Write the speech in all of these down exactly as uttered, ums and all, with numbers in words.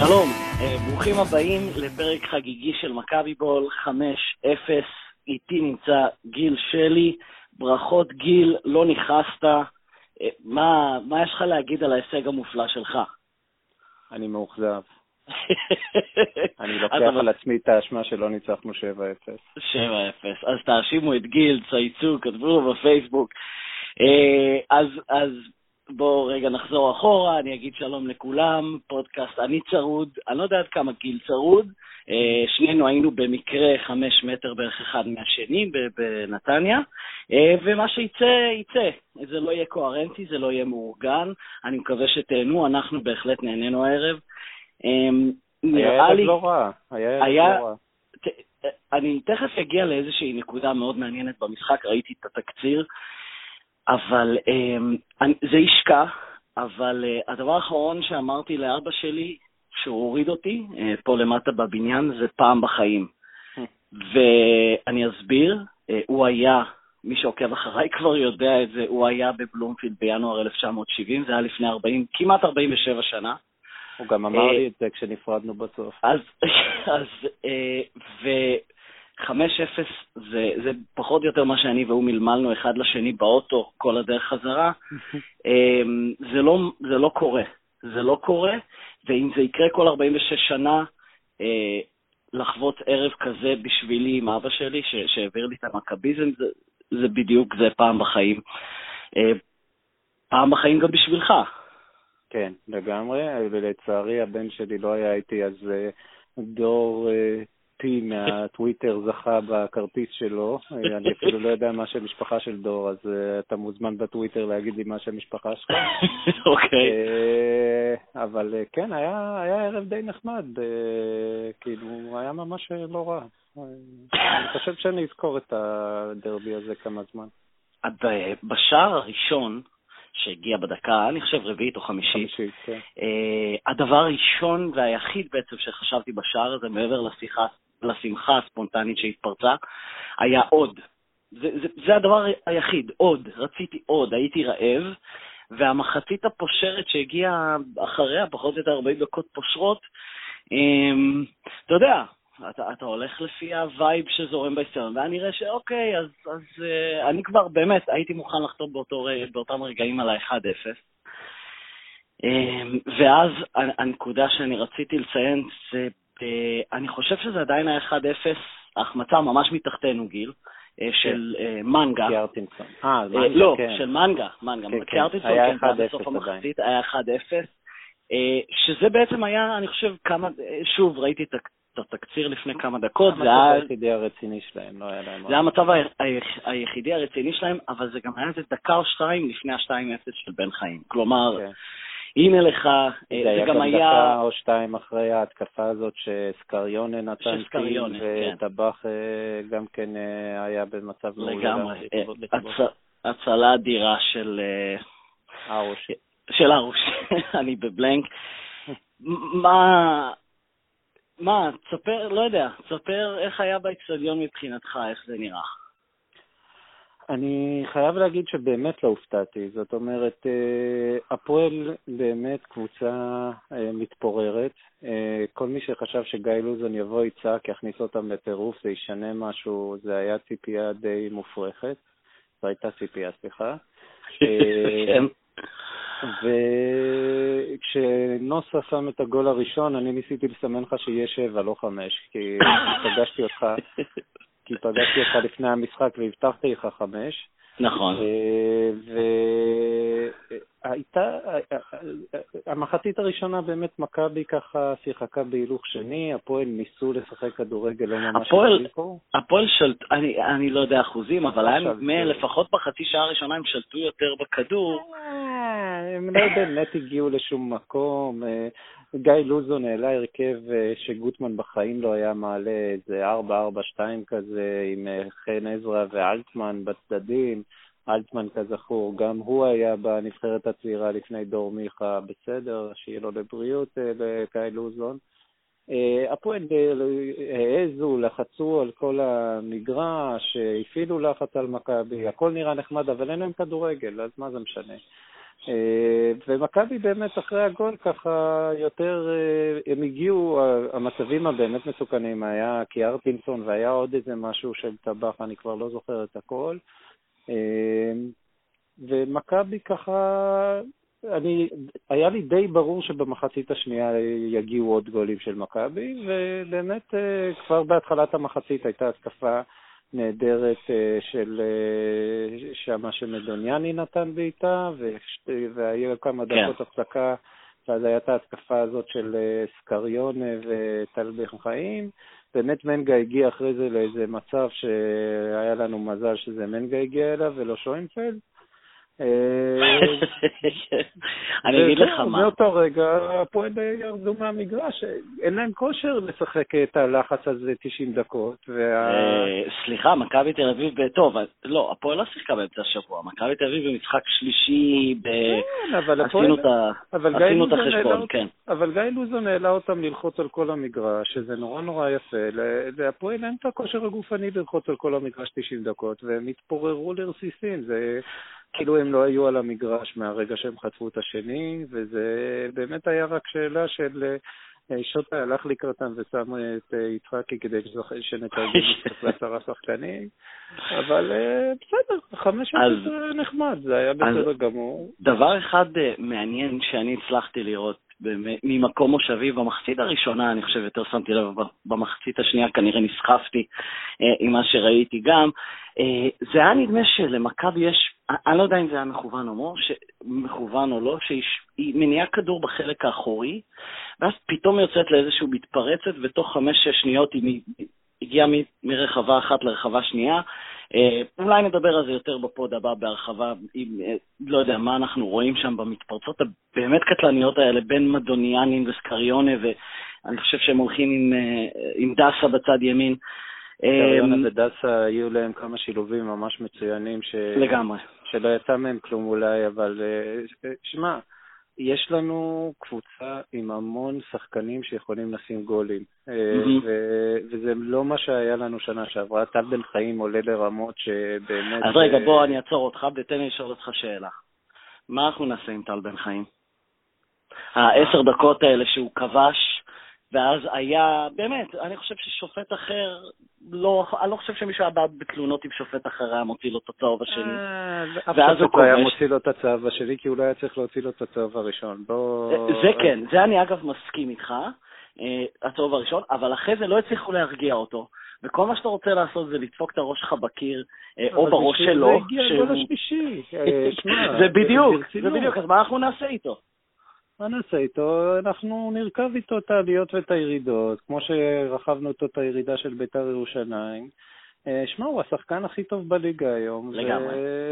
שלום, ברוכים הבאים לפרק חגיגי של מכבי בול חמש אפס. איתי נמצא גיל שלי. ברכות גיל, לא נכנסת. מה, מה יש לך להגיד על ההישג המופלא שלך? אני מאוכזב. אני לוקח על עצמי את האשמה שלא ניצחנו שבע אפס. שבע אפס. אז תאשימו את גיל, צייצו, כתבו בפייסבוק. אז, אז בואו רגע נחזור אחורה, אני אגיד שלום לכולם, פודקאסט אני צרוד, אני לא יודע עד כמה גיל צרוד, שנינו היינו במקרה חמש מטר בערך אחד מהשני בנתניה, ומה שיצא, יצא. זה לא יהיה קוהרנטי, זה לא יהיה מאורגן, אני מקווה שתהנו, אנחנו בהחלט נהנינו הערב. היה ערב לא רע, היה ערב לא רע. אני תכף אגיע לאיזושהי נקודה מאוד מעניינת במשחק, ראיתי את התקציר, אבל אה, זה ישקע, אבל אה, הדבר האחרון שאמרתי לאבא שלי, שהוא הוריד אותי, אה, פה למטה בבניין, זה פעם בחיים. ואני אסביר, אה, הוא היה, מי שעוקב אחריי כבר יודע את זה, הוא היה בבלומפילד בינואר אלף תשע מאות שבעים, זה היה לפני ארבעים, כמעט ארבעים ושבע שנה. הוא גם אמר לי את זה כשנפרדנו בסוף. אז, אז, אה, ו... חמש אפס זה, זה פחות או יותר מה שאני והוא מלמלנו אחד לשני באוטו כל הדרך חזרה. זה לא, זה לא קורה. זה לא קורה, ואם זה יקרה כל ארבעים ושש שנה, לחוות ערב כזה בשבילי עם אבא שלי, ש, שהעביר לי את המכביזם, זה, זה בדיוק זה פעם בחיים. פעם בחיים גם בשבילך. כן, לגמרי. ולצערי הבן שלי לא היה איתי, אז דור... פי מהטוויטר זכה בכרטיס שלו, אני אפילו לא יודע מה שם משפחה של דור, אז אתה מוזמן בטוויטר להגיד לי מה שם משפחה שלך. אוקיי. אבל כן, היה ערב די נחמד, כאילו, היה ממש לא רע. אני חושב שאני אזכור את הדרבי הזה כמה זמן. בשער הראשון, שהגיע בדקה, אני חושב רביעית או חמישית, חמישית כן. הדבר הראשון והיחיד בעצם שחשבתי בשער הזה, מעבר לשיחה, לשמחה הספונטנית שהתפרצה, היה עוד. זה, זה, זה הדבר היחיד, עוד. רציתי עוד, הייתי רעב, והמחצית הפושרת שהגיעה אחריה, פחות או יותר ארבעים דקות פושרות, אתה יודע, אתה, אתה הולך לפי הווייב שזורם בהיסטריון, ואני נראה שאוקיי, אז, אז uh, אני כבר באמת הייתי מוכן לחתום באותו, באותם רגעים על ה-אחד אפס. Um, ואז הנקודה שאני רציתי לציין, זה, uh, אני חושב שזה עדיין ה-אחד אפס, ההחמצה ממש מתחתנו גיל, uh, של uh, מנגה. קיארטינסון. אה, מנגה, לא, כן. של מנגה, מנגה. כן, קיארטינסון, היה כן, אחד אפס בסוף המחצית, היה אחד אפס. שזה בעצם היה, אני חושב, כמה, שוב, ראיתי את התקציר לפני כמה דקות. זה המצב היחידי הרציני שלהם, לא היה להם. זה המצב היחידי הרציני שלהם, אבל זה גם היה איזה דקה או שתיים לפני ה-שתיים אפס של בן חיים. כלומר, הנה לך, זה גם דקה או שתיים אחרי ההתקפה הזאת שסקריון נתן טיל, וטבח גם כן היה במצב מעולה. לגמרי, הצלה אדירה של... ארוש. של ארוש, אני בבלנק. מה, מה, תספר, לא יודע, תספר איך היה באצטדיון מבחינתך, איך זה נראה. אני חייב להגיד שבאמת לא הופתעתי, זאת אומרת, הפועל באמת קבוצה מתפוררת, כל מי שחשב שגיא לוזון יבוא יצעק, יכניס אותם לטירוף, זה ישנה משהו, זה היה ציפייה די מופרכת, זו הייתה ציפייה, סליחה. כן. וכשנוסה שם את הגול הראשון, אני ניסיתי לסמן לך שיהיה שבע, לא חמש, כי פגשתי אותך, כי פגשתי אותך לפני המשחק והבטחתי לך חמש. נכון. והייתה, המחצית הראשונה באמת מכבי ככה שיחקה בהילוך שני, הפועל ניסו לשחק כדורגל לא ממש הצליחו. הפועל שלט, אני, אני לא יודע אחוזים, אבל היה נדמה, לפחות בחצי שעה הראשונה הם שלטו יותר בכדור. הם לא באמת הגיעו לשום מקום. גיא לוזון העלה הרכב שגוטמן בחיים לא היה מעלה, איזה ארבע ארבע שתיים כזה, עם חן עזרא ואלטמן בצדדים. אלטמן כזכור, גם הוא היה בנבחרת הצעירה לפני דור מיכה, בסדר, שיהיה לו לבריאות לגיא לוזון. הפועל העזו, לחצו על כל המגרש, הפעילו לחץ על מכבי, הכל נראה נחמד, אבל אין להם כדורגל, אז מה זה משנה? ומכבי באמת אחרי הגול ככה יותר, הם הגיעו, המצבים הבאמת מסוכנים היה קיארטינסון והיה עוד איזה משהו של טבח, אני כבר לא זוכר את הכל. ומכבי ככה, אני, היה לי די ברור שבמחצית השנייה יגיעו עוד גולים של מכבי, ובאמת כבר בהתחלת המחצית הייתה התקפה נהדרת של שמה שמדוניאני נתן בעיטה, והיו כמה דקות הפסקה, ואז הייתה התקפה הזאת של סקריונה וטל בן חיים. באמת מנגה הגיע אחרי זה לאיזה מצב שהיה לנו מזל שזה מנגה הגיע אליו ולא שוינפלד. אני אגיד לך מה. מאותו רגע הפועל ירדו מהמגרש, אין להם כושר לשחק את הלחץ הזה תשעים דקות. סליחה, מכבי תל אביב, טוב, לא, הפועל לא שיחקה באמצע השבוע, מכבי תל אביב במשחק שלישי, עשינו את החשבון, כן. אבל גיא לוזון העלה אותם ללחוץ על כל המגרש, שזה נורא נורא יפה, להפועל אין את הכושר הגופני ללחוץ על כל המגרש תשעים דקות, והם התפוררו לרסיסים, זה כאילו הם לא היו על המגרש מהרגע שהם חטפו את השני, וזה באמת היה רק שאלה של שוטה הלך לקראתם ושם את יצחקי כדי שנתרגל משחק לעשרה שחקנים, אבל בסדר, חמש עשרה נחמד, זה היה בסדר גמור. דבר אחד מעניין שאני הצלחתי לראות ממקום מושבי במחצית הראשונה, אני חושב יותר שמתי לב, במחצית השנייה כנראה נסחפתי עם מה שראיתי גם, זה היה נדמה שלמכבי יש, אני לא יודע אם זה היה מכוון או, מכוון או לא, שהיא מניעה כדור בחלק האחורי, ואז פתאום יוצאת לאיזשהו מתפרצת, ותוך חמש-שש שניות היא הגיעה מרחבה אחת לרחבה שנייה. אולי נדבר על זה יותר בפוד הבא בהרחבה, לא יודע מה אנחנו רואים שם במתפרצות הבאמת קטלניות האלה, בין מדוניאנים וסקריונה, ואני חושב שהם הולכים עם, עם דסה בצד ימין. סקריונה ודסה היו להם כמה שילובים ממש מצוינים, ש... לגמרי. שלא יצא מהם כלום אולי, אבל שמע, יש לנו קבוצה עם המון שחקנים שיכולים לשים גולים, וזה לא מה שהיה לנו שנה שעברה. טל בן חיים עולה לרמות שבאמת... אז רגע, בוא אני אעצור אותך, ותן לי לשאול אותך שאלה. מה אנחנו נעשה עם טל בן חיים? העשר דקות האלה שהוא כבש, ואז היה, באמת, אני חושב ששופט אחר, לא, אני לא חושב שמישהו היה בא בתלונות עם שופט אחר היה מוציא לו את הצהוב השני. ואז הוא היה מוציא לו את הצהוב השני, כי אולי היה צריך להוציא לו את הצהוב הראשון. זה כן, זה אני אגב מסכים איתך, הצהוב הראשון, אבל אחרי זה לא הצליחו להרגיע אותו, וכל מה שאתה רוצה לעשות זה לדפוק את הראש שלך בקיר, או בראש שלו. זה הגיע הגול השלישי. זה בדיוק, זה בדיוק, אז מה אנחנו נעשה איתו? מה נעשה איתו? אנחנו נרכב איתו את העליות ואת הירידות, כמו שרכבנו אותו את הירידה של בית"ר ירושלים. שמע, הוא השחקן הכי טוב בליגה היום. לגמרי.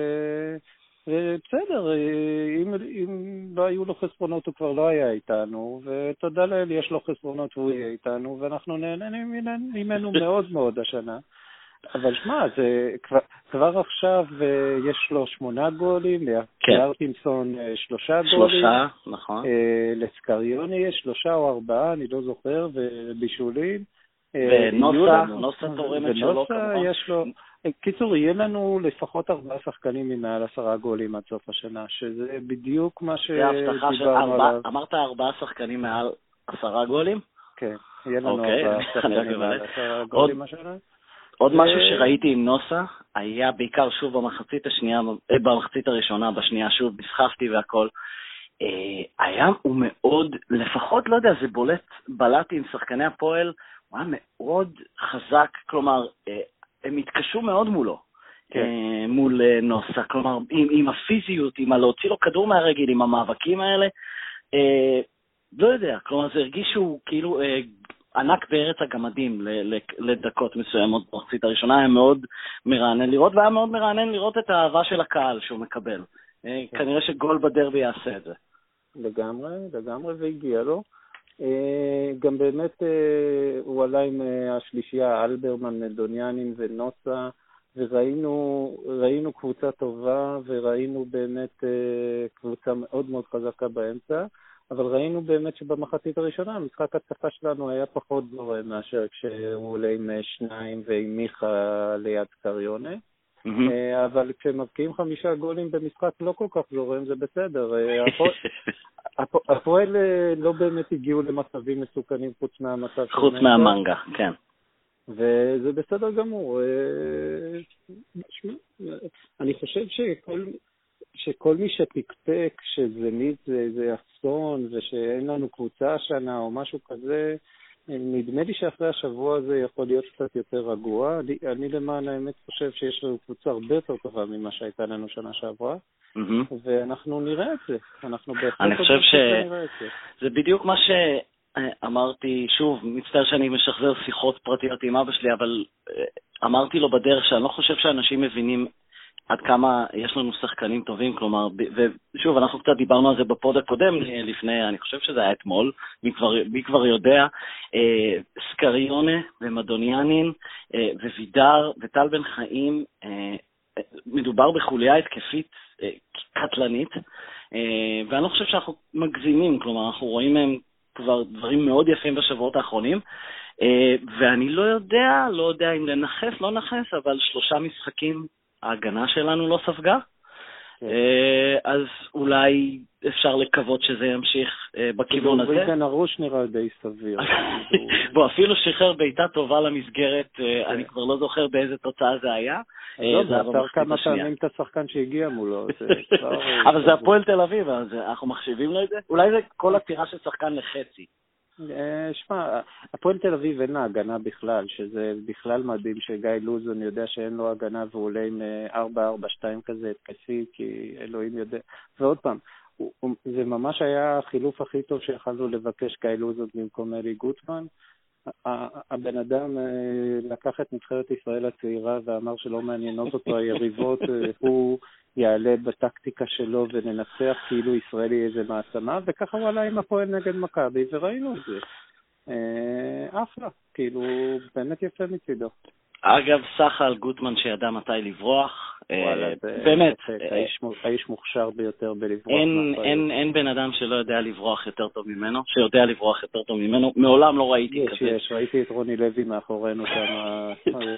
ובסדר, אם, אם לא היו לו חסרונות הוא כבר לא היה איתנו, ותודה לאל יש לו חסרונות והוא יהיה איתנו, ואנחנו נהנים ממנו מאוד מאוד השנה. אבל שמע, זה כבר, כבר עכשיו יש לו שמונה גולים, לארטינסון שלושה גולים. שלושה, נכון. לסקריוני יש שלושה או ארבעה, אני לא זוכר, ובישולים. ונוסה, נוסה תורמת שלו כמובן. יש לו... קיצור, יהיה לנו לפחות ארבעה שחקנים ממעל עשרה גולים עד סוף השנה, שזה בדיוק מה שדיברנו עליו. אמרת ארבעה שחקנים מעל עשרה גולים? כן, יהיה לנו ארבעה שחקנים מעל עשרה גולים השנה. עוד משהו שראיתי עם נוסה, היה בעיקר שוב במחצית השנייה, במחצית הראשונה, בשנייה שוב, נסחפתי והכל, היה הוא מאוד, לפחות לא יודע, זה בולט, בלטי עם שחקני הפועל, הוא היה מאוד חזק, כלומר, הם התקשו מאוד מולו, מול נוסה, כלומר, עם הפיזיות, עם הלהוציא לו כדור מהרגל, עם המאבקים האלה, לא יודע, כלומר, זה הרגיש שהוא כאילו... ענק בארץ הגמדים לדקות מסוימות במחצית הראשונה, היה מאוד מרענן לראות, והיה מאוד מרענן לראות את האהבה של הקהל שהוא מקבל. כנראה שגול בדרבי יעשה את זה. לגמרי, לגמרי, והגיע לו. גם באמת הוא עלה עם השלישייה, אלברמן, מדוניאנים ונוסה, וראינו ראינו קבוצה טובה, וראינו באמת קבוצה מאוד מאוד חזקה באמצע. אבל ראינו באמת שבמחצית הראשונה, המשחק התקפה שלנו היה פחות זורם מאשר כשהוא עולה עם שניים ועם מיכה ליד סקריונה. אבל כשמבקיעים חמישה גולים במשחק לא כל כך זורם, זה בסדר. הפועל לא באמת הגיעו למצבים מסוכנים חוץ מהמצב. חוץ מהמנגה, כן. וזה בסדר גמור. אני חושב שכל... שכל מי שפקפק שזנית זה, זה אסון ושאין לנו קבוצה השנה או משהו כזה, נדמה לי שאחרי השבוע הזה יכול להיות קצת יותר רגוע. אני, אני למען האמת חושב שיש לנו קבוצה הרבה יותר טובה ממה שהייתה לנו שנה שעברה, mm-hmm. ואנחנו נראה את זה. אנחנו אני חושב שזה בדיוק מה שאמרתי, שוב, מצטער שאני משחזר שיחות פרטיות עם אבא שלי, אבל אמרתי לו בדרך שאני לא חושב שאנשים מבינים עד כמה יש לנו שחקנים טובים, כלומר, ושוב, אנחנו קצת דיברנו על זה בפוד הקודם, לפני, אני חושב שזה היה אתמול, מי כבר, מי כבר יודע, אה, סקריונה ומדוניאנין אה, ווידר וטל בן חיים, אה, מדובר בחוליה התקפית אה, קטלנית, אה, ואני לא חושב שאנחנו מגזימים, כלומר, אנחנו רואים מהם כבר דברים מאוד יפים בשבועות האחרונים, אה, ואני לא יודע, לא יודע אם לנחס, לא נחס, אבל שלושה משחקים, ההגנה שלנו לא ספגה, אז אולי אפשר לקוות שזה ימשיך בכיוון הזה. ריגן הראש נראה די סביר. בוא, אפילו שחרר ביתה טובה למסגרת, אני כבר לא זוכר באיזה תוצאה זה היה. לא, זה עבר כמה פעמים את השחקן שהגיע מולו. אבל זה הפועל תל אביב, אנחנו מחשיבים לו את זה? אולי זה כל עצירה של שחקן לחצי. שמע, הפועל תל אביב אין לה הגנה בכלל, שזה בכלל מדהים שגיא לוזון יודע שאין לו הגנה והוא עולה עם ארבע ארבע שתיים כזה התקפי, כי אלוהים יודע. ועוד פעם, זה ממש היה החילוף הכי טוב שיכולנו לבקש גיא לוזון במקום אלי גוטמן. הבן אדם לקח את נבחרת ישראל הצעירה ואמר שלא מעניינות אותו היריבות, הוא יעלה בטקטיקה שלו וננצח כאילו ישראל היא איזה מעצמה, וככה הוא עלה עם הפועל נגד מכבי וראינו את זה. אחלה, כאילו באמת יפה מצידו. אגב, סחל גוטמן שידע מתי לברוח, באמת, האיש מוכשר ביותר בלברוח. אין בן אדם שלא יודע לברוח יותר טוב ממנו, שיודע לברוח יותר טוב ממנו, מעולם לא ראיתי כזה. יש, ראיתי את רוני לוי מאחורינו שם,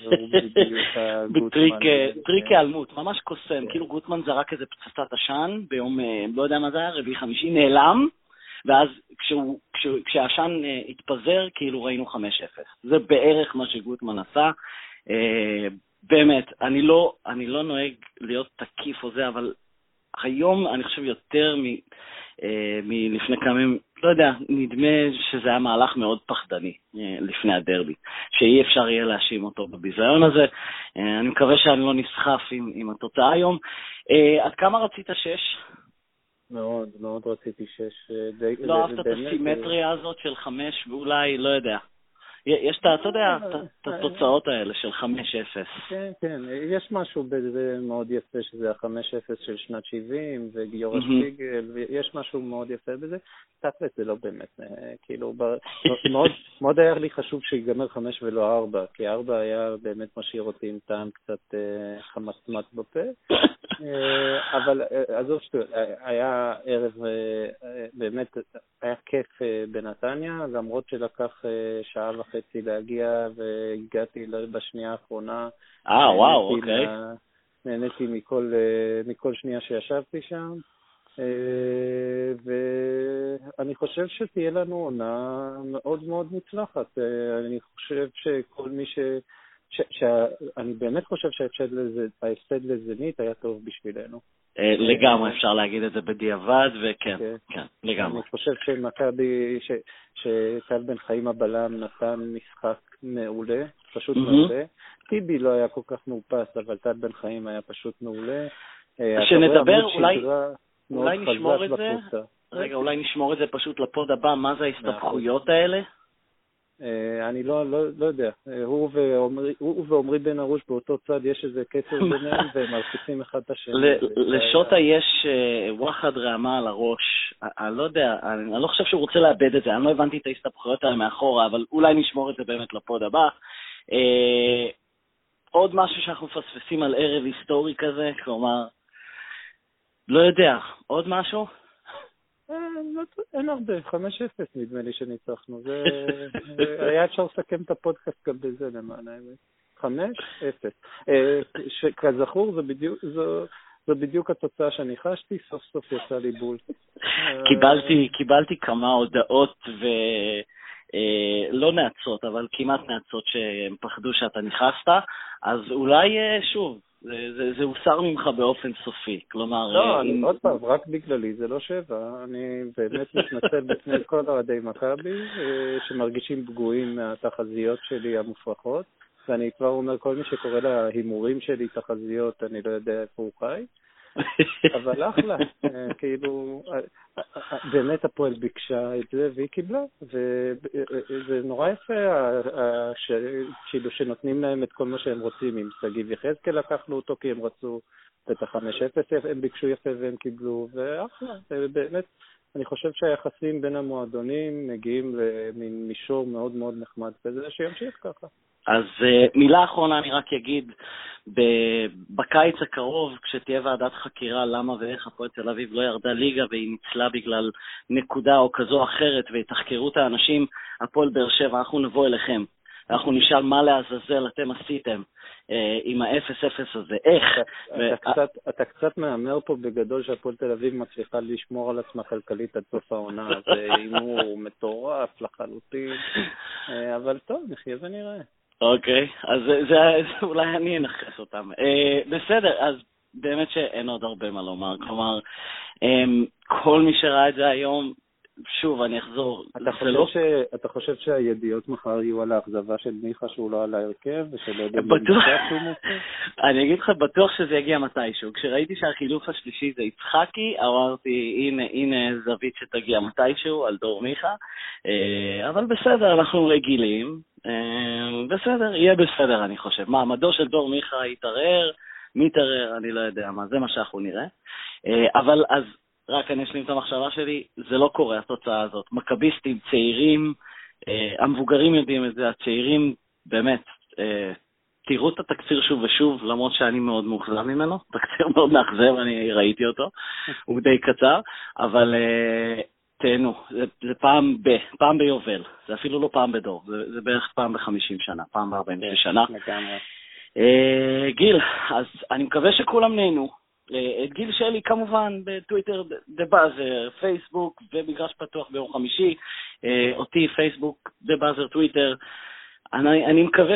טריק העלמות, ממש קוסם, כאילו גוטמן זרק איזה פצצת עשן ביום, לא יודע מה זה היה, רביעי חמישי, נעלם, ואז כשהעשן התפזר, כאילו ראינו חמש אפס. זה בערך מה שגוטמן עשה. באמת, אני לא, אני לא נוהג להיות תקיף או זה, אבל היום אני חושב יותר מ, מלפני כמה ימים, לא יודע, נדמה שזה היה מהלך מאוד פחדני לפני הדרבי, שאי אפשר יהיה להאשים אותו בביזיון הזה. אני מקווה שאני לא נסחף עם, עם התוצאה היום. עד כמה רצית שש? מאוד, מאוד רציתי שש. לא אהבת את הסימטריה הזאת של חמש, ואולי, לא יודע. יש, אתה יודע, את התוצאות האלה של חמש אפס. כן, כן, יש משהו בזה מאוד יפה, שזה ה-חמש אפס של שנת שבעים, וגיורא שפיגל, ויש משהו מאוד יפה בזה. תכל'ס זה לא באמת, כאילו, מאוד היה לי חשוב שיגמר חמש ולא ארבע, כי ארבע היה באמת משאיר אותי עם טעם קצת חמצמץ בפה. אבל עזוב שטויות, היה ערב, באמת היה כיף בנתניה, למרות שלקח שעה וחצי להגיע והגעתי בשנייה האחרונה. אה, וואו, אוקיי. נהניתי מכל, מכל שנייה שישבתי שם, ואני חושב שתהיה לנו עונה מאוד מאוד מוצלחת. אני חושב שכל מי ש... ש, שאני באמת חושב שההפסד לזנית היה טוב בשבילנו. לגמרי, אפשר להגיד את זה בדיעבד, וכן, כן, לגמרי. אני חושב שמכבי, שטל בן חיים הבלם נתן משחק מעולה, פשוט מעולה. טיבי לא היה כל כך מאופס, אבל טל בן חיים היה פשוט מעולה. שנדבר, אולי נשמור את זה, רגע, אולי נשמור את זה פשוט לפוד הבא, מה זה ההסתבכויות האלה? אני לא, לא, לא יודע. הוא ועומרי, הוא ועומרי בן ארוש באותו צד, יש איזה קצר ביניהם והם מרחיצים אחד את השני. לשוטה יש וואחד רעמה על הראש. אני לא יודע, אני לא חושב שהוא רוצה לאבד את זה. אני לא הבנתי את ההסתבכויות האלה מאחורה, אבל אולי נשמור את זה באמת לפוד הבא. עוד משהו שאנחנו מפספסים על ערב היסטורי כזה, כלומר, לא יודע, עוד משהו? אין הרבה, חמש אפס נדמה לי שניצחנו. היה אפשר לסכם את הפודקאסט גם בזה למען האמת. חמש אפס. כזכור, זו בדיוק, זו, זו בדיוק התוצאה שאני חשתי, סוף סוף יצא לי בול. קיבלתי, קיבלתי כמה הודעות ו... לא נעצות, אבל כמעט נעצות שהם פחדו שאתה נכנסת, אז אולי שוב, זה, זה, זה הוסר ממך באופן סופי, כלומר... לא, אני, עוד פעם, רק בגללי, זה לא שבע, אני באמת מתנצל בפני כל אוהדי מכבי, שמרגישים פגועים מהתחזיות שלי המופרכות, ואני כבר אומר, כל מי שקורא להימורים שלי תחזיות, אני לא יודע איפה הוא חי, אבל אחלה, כאילו, באמת הפועל ביקשה את זה והיא קיבלה, וזה נורא יפה, כאילו שנותנים להם את כל מה שהם רוצים, אם סגיב יחזקאל לקחנו אותו כי הם רצו את ה-חמש אפס, הם ביקשו יפה והם קיבלו, ואחלה, באמת, אני חושב שהיחסים בין המועדונים מגיעים למין מישור מאוד מאוד נחמד כזה, שימשיך ככה. אז uh, מילה אחרונה אני רק אגיד, בקיץ הקרוב, כשתהיה ועדת חקירה למה ואיך הפועל תל אביב לא ירדה ליגה והיא ניצלה בגלל נקודה או כזו אחרת ויתחקרו את האנשים, הפועל באר שבע, אנחנו נבוא אליכם. אנחנו נשאל מה לעזאזל אתם עשיתם אה, עם ה-אפס אפס הזה, איך? אתה, ו... אתה, קצת, אתה קצת מאמר פה בגדול שהפועל תל אביב מצליחה לשמור על עצמה כלכלית עד סוף העונה, זה הימור מטורף לחלוטין, אה, אבל טוב, נחיה ונראה. אוקיי, אז זה, זה, זה אולי אני אנחס אותם. אה, בסדר, אז באמת שאין עוד הרבה מה לומר, כלומר, אה, כל מי שראה את זה היום, שוב, אני אחזור. אתה חושב, לא... ש... אתה חושב שהידיעות מחר יהיו על האכזבה של מיכה שהוא לא על ההרכב, ושלא יודע בטוח... שהוא מוצא? אני אגיד לך, בטוח שזה יגיע מתישהו. כשראיתי שהחילוף השלישי זה יצחקי, אמרתי, הנה, הנה זווית שתגיע מתישהו על דור מיכה, אבל בסדר, אנחנו רגילים, בסדר, יהיה בסדר, אני חושב. מעמדו של דור מיכה יתערער, מתערער, אני לא יודע מה, זה מה שאנחנו נראה. אבל אז... רק אני אשלים את המחשבה שלי, זה לא קורה, התוצאה הזאת. מכביסטים, צעירים, אה, המבוגרים יודעים את זה, הצעירים, באמת, אה, תראו את התקציר שוב ושוב, למרות שאני מאוד מאוכזב ממנו, תקציר מאוד מאכזב, אני ראיתי אותו, הוא די קצר, אבל אה, תהנו, זה, זה פעם, ב, פעם ביובל, זה אפילו לא פעם בדור, זה, זה בערך פעם בחמישים שנה, פעם בארבעים שנה. אה, גיל, אז אני מקווה שכולם נהנו. את גיל שלי כמובן בטוויטר, בבאזר, פייסבוק ומגרש פתוח ביום חמישי, אותי פייסבוק, בבאזר, טוויטר. אני, אני מקווה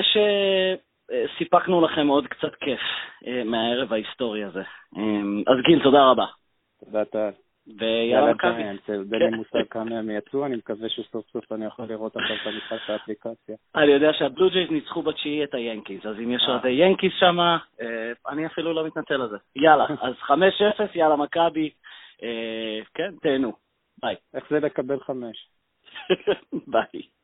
שסיפקנו לכם עוד קצת כיף מהערב ההיסטורי הזה. אז גיל, תודה רבה. תודה טל. ויאללה מכבי. בין לי מושג כמה הם יצאו, אני מקווה שסוף סוף אני יכול לראות עכשיו את המשחק של האפליקציה. אני יודע שהבלו ג'ייז ניצחו בתשיעי את היאנקיז, אז אם יש עוד היאנקיז שם, אני אפילו לא מתנצל על זה. יאללה, אז חמש אפס, יאללה מכבי, כן, תהנו. ביי. איך זה לקבל חמש? ביי.